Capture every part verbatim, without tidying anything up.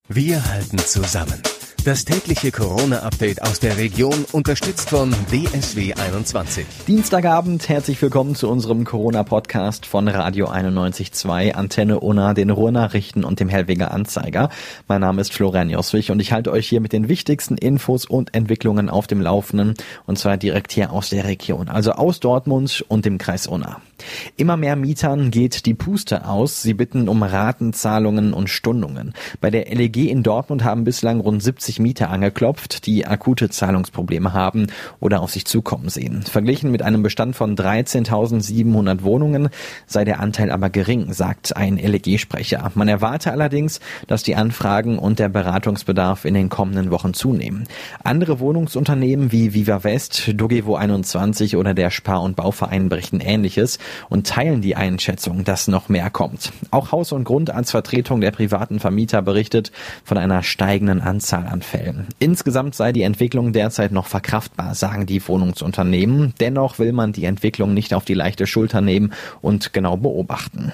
Wir halten zusammen. Das tägliche Corona-Update aus der Region, unterstützt von D S W einundzwanzig. Dienstagabend, herzlich willkommen zu unserem Corona-Podcast von Radio einundneunzig Komma zwei, Antenne Unna, den Ruhrnachrichten und dem Hellweger Anzeiger. Mein Name ist Florian Joswig und ich halte euch hier mit den wichtigsten Infos und Entwicklungen auf dem Laufenden, und zwar direkt hier aus der Region, also aus Dortmund und dem Kreis Unna. Immer mehr Mietern geht die Puste aus. Sie bitten um Ratenzahlungen und Stundungen. Bei der L E G in Dortmund haben bislang rund siebzig Mieter angeklopft, die akute Zahlungsprobleme haben oder auf sich zukommen sehen. Verglichen mit einem Bestand von dreizehntausendsiebenhundert Wohnungen sei der Anteil aber gering, sagt ein L E G-Sprecher. Man erwarte allerdings, dass die Anfragen und der Beratungsbedarf in den kommenden Wochen zunehmen. Andere Wohnungsunternehmen wie Viva West, Dogevo einundzwanzig oder der Spar- und Bauverein berichten Ähnliches und teilen die Einschätzung, dass noch mehr kommt. Auch Haus und Grund als Vertretung der privaten Vermieter berichtet von einer steigenden Anzahl an Fällen. Insgesamt sei die Entwicklung derzeit noch verkraftbar, sagen die Wohnungsunternehmen. Dennoch will man die Entwicklung nicht auf die leichte Schulter nehmen und genau beobachten.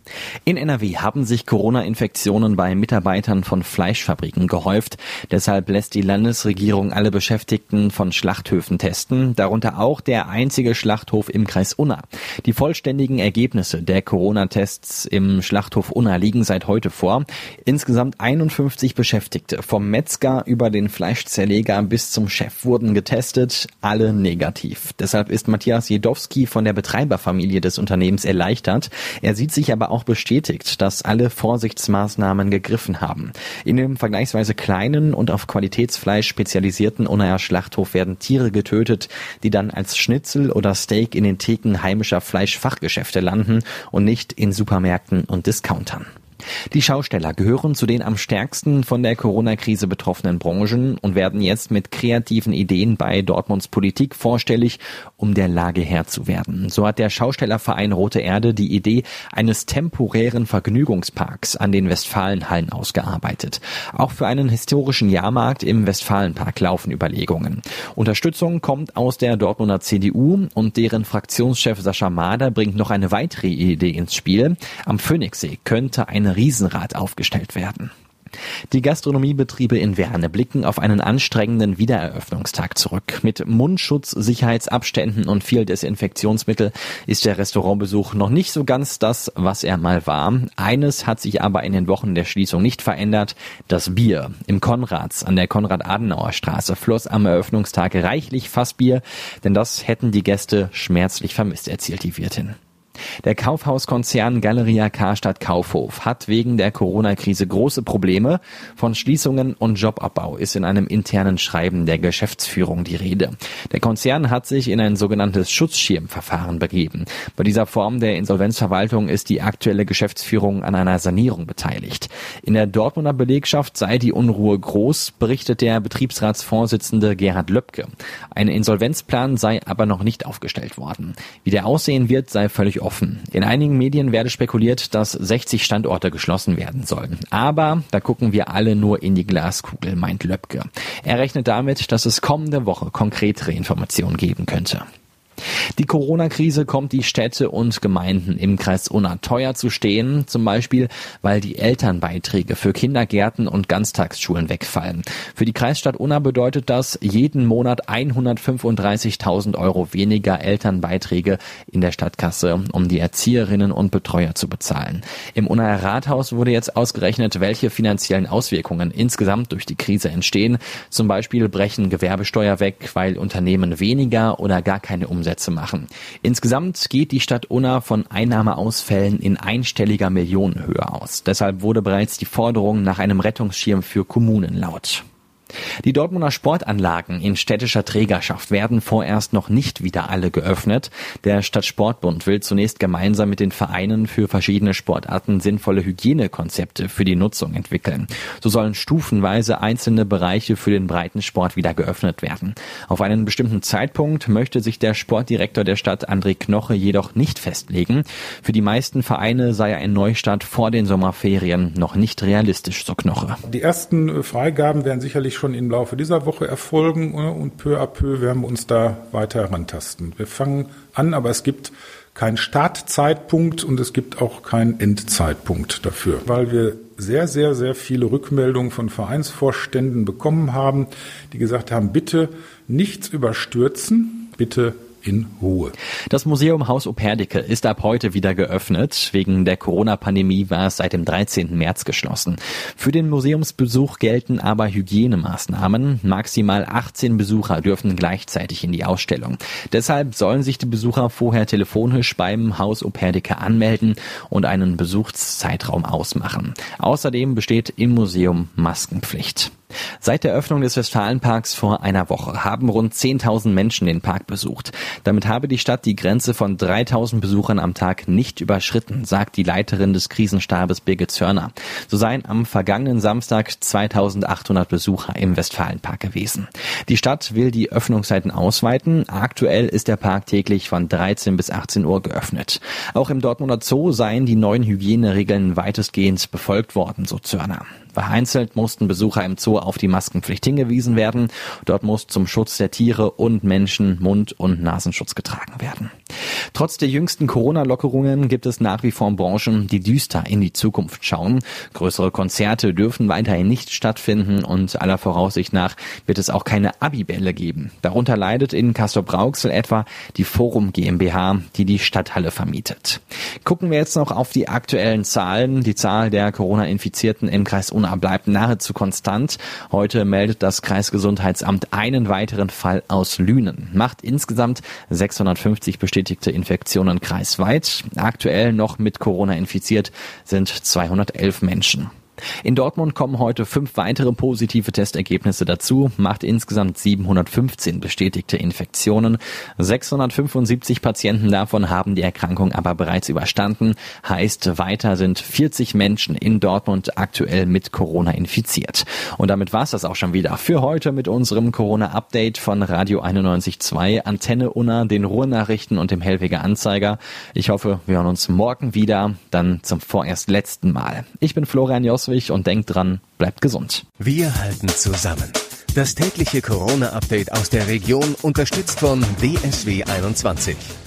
In N R W haben sich Corona-Infektionen bei Mitarbeitern von Fleischfabriken gehäuft. Deshalb lässt die Landesregierung alle Beschäftigten von Schlachthöfen testen, darunter auch der einzige Schlachthof im Kreis Unna. Die vollständigen Ergebnisse der Corona-Tests im Schlachthof Unna liegen seit heute vor. Insgesamt einundfünfzig Beschäftigte, vom Metzger über den Fleischzerleger bis zum Chef, wurden getestet, alle negativ. Deshalb ist Matthias Jedowski von der Betreiberfamilie des Unternehmens erleichtert. Er sieht sich aber auch auch bestätigt, dass alle Vorsichtsmaßnahmen gegriffen haben. In dem vergleichsweise kleinen und auf Qualitätsfleisch spezialisierten Unnaer Schlachthof werden Tiere getötet, die dann als Schnitzel oder Steak in den Theken heimischer Fleischfachgeschäfte landen und nicht in Supermärkten und Discountern. Die Schausteller gehören zu den am stärksten von der Corona-Krise betroffenen Branchen und werden jetzt mit kreativen Ideen bei Dortmunds Politik vorstellig, um der Lage Herr zu werden. So hat der Schaustellerverein Rote Erde die Idee eines temporären Vergnügungsparks an den Westfalenhallen ausgearbeitet. Auch für einen historischen Jahrmarkt im Westfalenpark laufen Überlegungen. Unterstützung kommt aus der Dortmunder C D U und deren Fraktionschef Sascha Mader bringt noch eine weitere Idee ins Spiel. Am Phoenixsee könnte eine Riesenrad aufgestellt werden. Die Gastronomiebetriebe in Werne blicken auf einen anstrengenden Wiedereröffnungstag zurück. Mit Mundschutz, Sicherheitsabständen und viel Desinfektionsmittel ist der Restaurantbesuch noch nicht so ganz das, was er mal war. Eines hat sich aber in den Wochen der Schließung nicht verändert: das Bier. Im Konrads an der Konrad-Adenauer-Straße floss am Eröffnungstag reichlich Fassbier, denn das hätten die Gäste schmerzlich vermisst, erzählt die Wirtin. Der Kaufhauskonzern Galeria Karstadt Kaufhof hat wegen der Corona-Krise große Probleme. Von Schließungen und Jobabbau ist in einem internen Schreiben der Geschäftsführung die Rede. Der Konzern hat sich in ein sogenanntes Schutzschirmverfahren begeben. Bei dieser Form der Insolvenzverwaltung ist die aktuelle Geschäftsführung an einer Sanierung beteiligt. In der Dortmunder Belegschaft sei die Unruhe groß, berichtet der Betriebsratsvorsitzende Gerhard Löbke. Ein Insolvenzplan sei aber noch nicht aufgestellt worden. Wie der aussehen wird, sei völlig offen. In einigen Medien werde spekuliert, dass sechzig Standorte geschlossen werden sollen. Aber da gucken wir alle nur in die Glaskugel, meint Löbke. Er rechnet damit, dass es kommende Woche konkretere Informationen geben könnte. Die Corona-Krise kommt die Städte und Gemeinden im Kreis Unna teuer zu stehen, zum Beispiel, weil die Elternbeiträge für Kindergärten und Ganztagsschulen wegfallen. Für die Kreisstadt Unna bedeutet das jeden Monat hundertfünfunddreißigtausend Euro weniger Elternbeiträge in der Stadtkasse, um die Erzieherinnen und Betreuer zu bezahlen. Im Unnaer Rathaus wurde jetzt ausgerechnet, welche finanziellen Auswirkungen insgesamt durch die Krise entstehen. Zum Beispiel brechen Gewerbesteuer weg, weil Unternehmen weniger oder gar keine Umsätze machen. Insgesamt geht die Stadt Unna von Einnahmeausfällen in einstelliger Millionenhöhe aus. Deshalb wurde bereits die Forderung nach einem Rettungsschirm für Kommunen laut. Die Dortmunder Sportanlagen in städtischer Trägerschaft werden vorerst noch nicht wieder alle geöffnet. Der Stadtsportbund will zunächst gemeinsam mit den Vereinen für verschiedene Sportarten sinnvolle Hygienekonzepte für die Nutzung entwickeln. So sollen stufenweise einzelne Bereiche für den Breitensport wieder geöffnet werden. Auf einen bestimmten Zeitpunkt möchte sich der Sportdirektor der Stadt, André Knoche, jedoch nicht festlegen. Für die meisten Vereine sei ein Neustart vor den Sommerferien noch nicht realistisch, so Knoche. Die ersten Freigaben werden sicherlich schon im Laufe dieser Woche erfolgen und peu à peu werden wir uns da weiter herantasten. Wir fangen an, aber es gibt keinen Startzeitpunkt und es gibt auch keinen Endzeitpunkt dafür, weil wir sehr, sehr, sehr viele Rückmeldungen von Vereinsvorständen bekommen haben, die gesagt haben, bitte nichts überstürzen, bitte in Ruhe. Das Museum Haus Operdicke ist ab heute wieder geöffnet. Wegen der Corona-Pandemie war es seit dem dreizehnten März geschlossen. Für den Museumsbesuch gelten aber Hygienemaßnahmen. Maximal achtzehn Besucher dürfen gleichzeitig in die Ausstellung. Deshalb sollen sich die Besucher vorher telefonisch beim Haus Operdicke anmelden und einen Besuchszeitraum ausmachen. Außerdem besteht im Museum Maskenpflicht. Seit der Öffnung des Westfalenparks vor einer Woche haben rund zehntausend Menschen den Park besucht. Damit habe die Stadt die Grenze von dreitausend Besuchern am Tag nicht überschritten, sagt die Leiterin des Krisenstabes Birgit Zörner. So seien am vergangenen Samstag zweitausendachthundert Besucher im Westfalenpark gewesen. Die Stadt will die Öffnungszeiten ausweiten. Aktuell ist der Park täglich von dreizehn bis achtzehn Uhr geöffnet. Auch im Dortmunder Zoo seien die neuen Hygieneregeln weitestgehend befolgt worden, so Zörner. Vereinzelt mussten Besucher im Zoo auf die Maskenpflicht hingewiesen werden. Dort muss zum Schutz der Tiere und Menschen Mund- und Nasenschutz getragen werden. Trotz der jüngsten Corona-Lockerungen gibt es nach wie vor Branchen, die düster in die Zukunft schauen. Größere Konzerte dürfen weiterhin nicht stattfinden und aller Voraussicht nach wird es auch keine Abibälle geben. Darunter leidet in Castrop-Rauxel etwa die Forum GmbH, die die Stadthalle vermietet. Gucken wir jetzt noch auf die aktuellen Zahlen. Die Zahl der Corona-Infizierten im Kreis Unna bleibt nahezu konstant. Heute meldet das Kreisgesundheitsamt einen weiteren Fall aus Lünen. Macht insgesamt sechshundertfünfzig bestätigte Infektionen kreisweit. Aktuell noch mit Corona infiziert sind zweihundertelf Menschen. In Dortmund kommen heute fünf weitere positive Testergebnisse dazu, macht insgesamt siebenhundertfünfzehn bestätigte Infektionen. sechshundertfünfundsiebzig Patienten davon haben die Erkrankung aber bereits überstanden. Heißt, weiter sind vierzig Menschen in Dortmund aktuell mit Corona infiziert. Und damit war's das auch schon wieder für heute mit unserem Corona-Update von Radio einundneunzig Komma zwei, Antenne Unna, den Ruhrnachrichten und dem Hellweger Anzeiger. Ich hoffe, wir hören uns morgen wieder, dann zum vorerst letzten Mal. Ich bin Florian Joss und denkt dran, bleibt gesund. Wir halten zusammen. Das tägliche Corona-Update aus der Region, unterstützt von D S W einundzwanzig.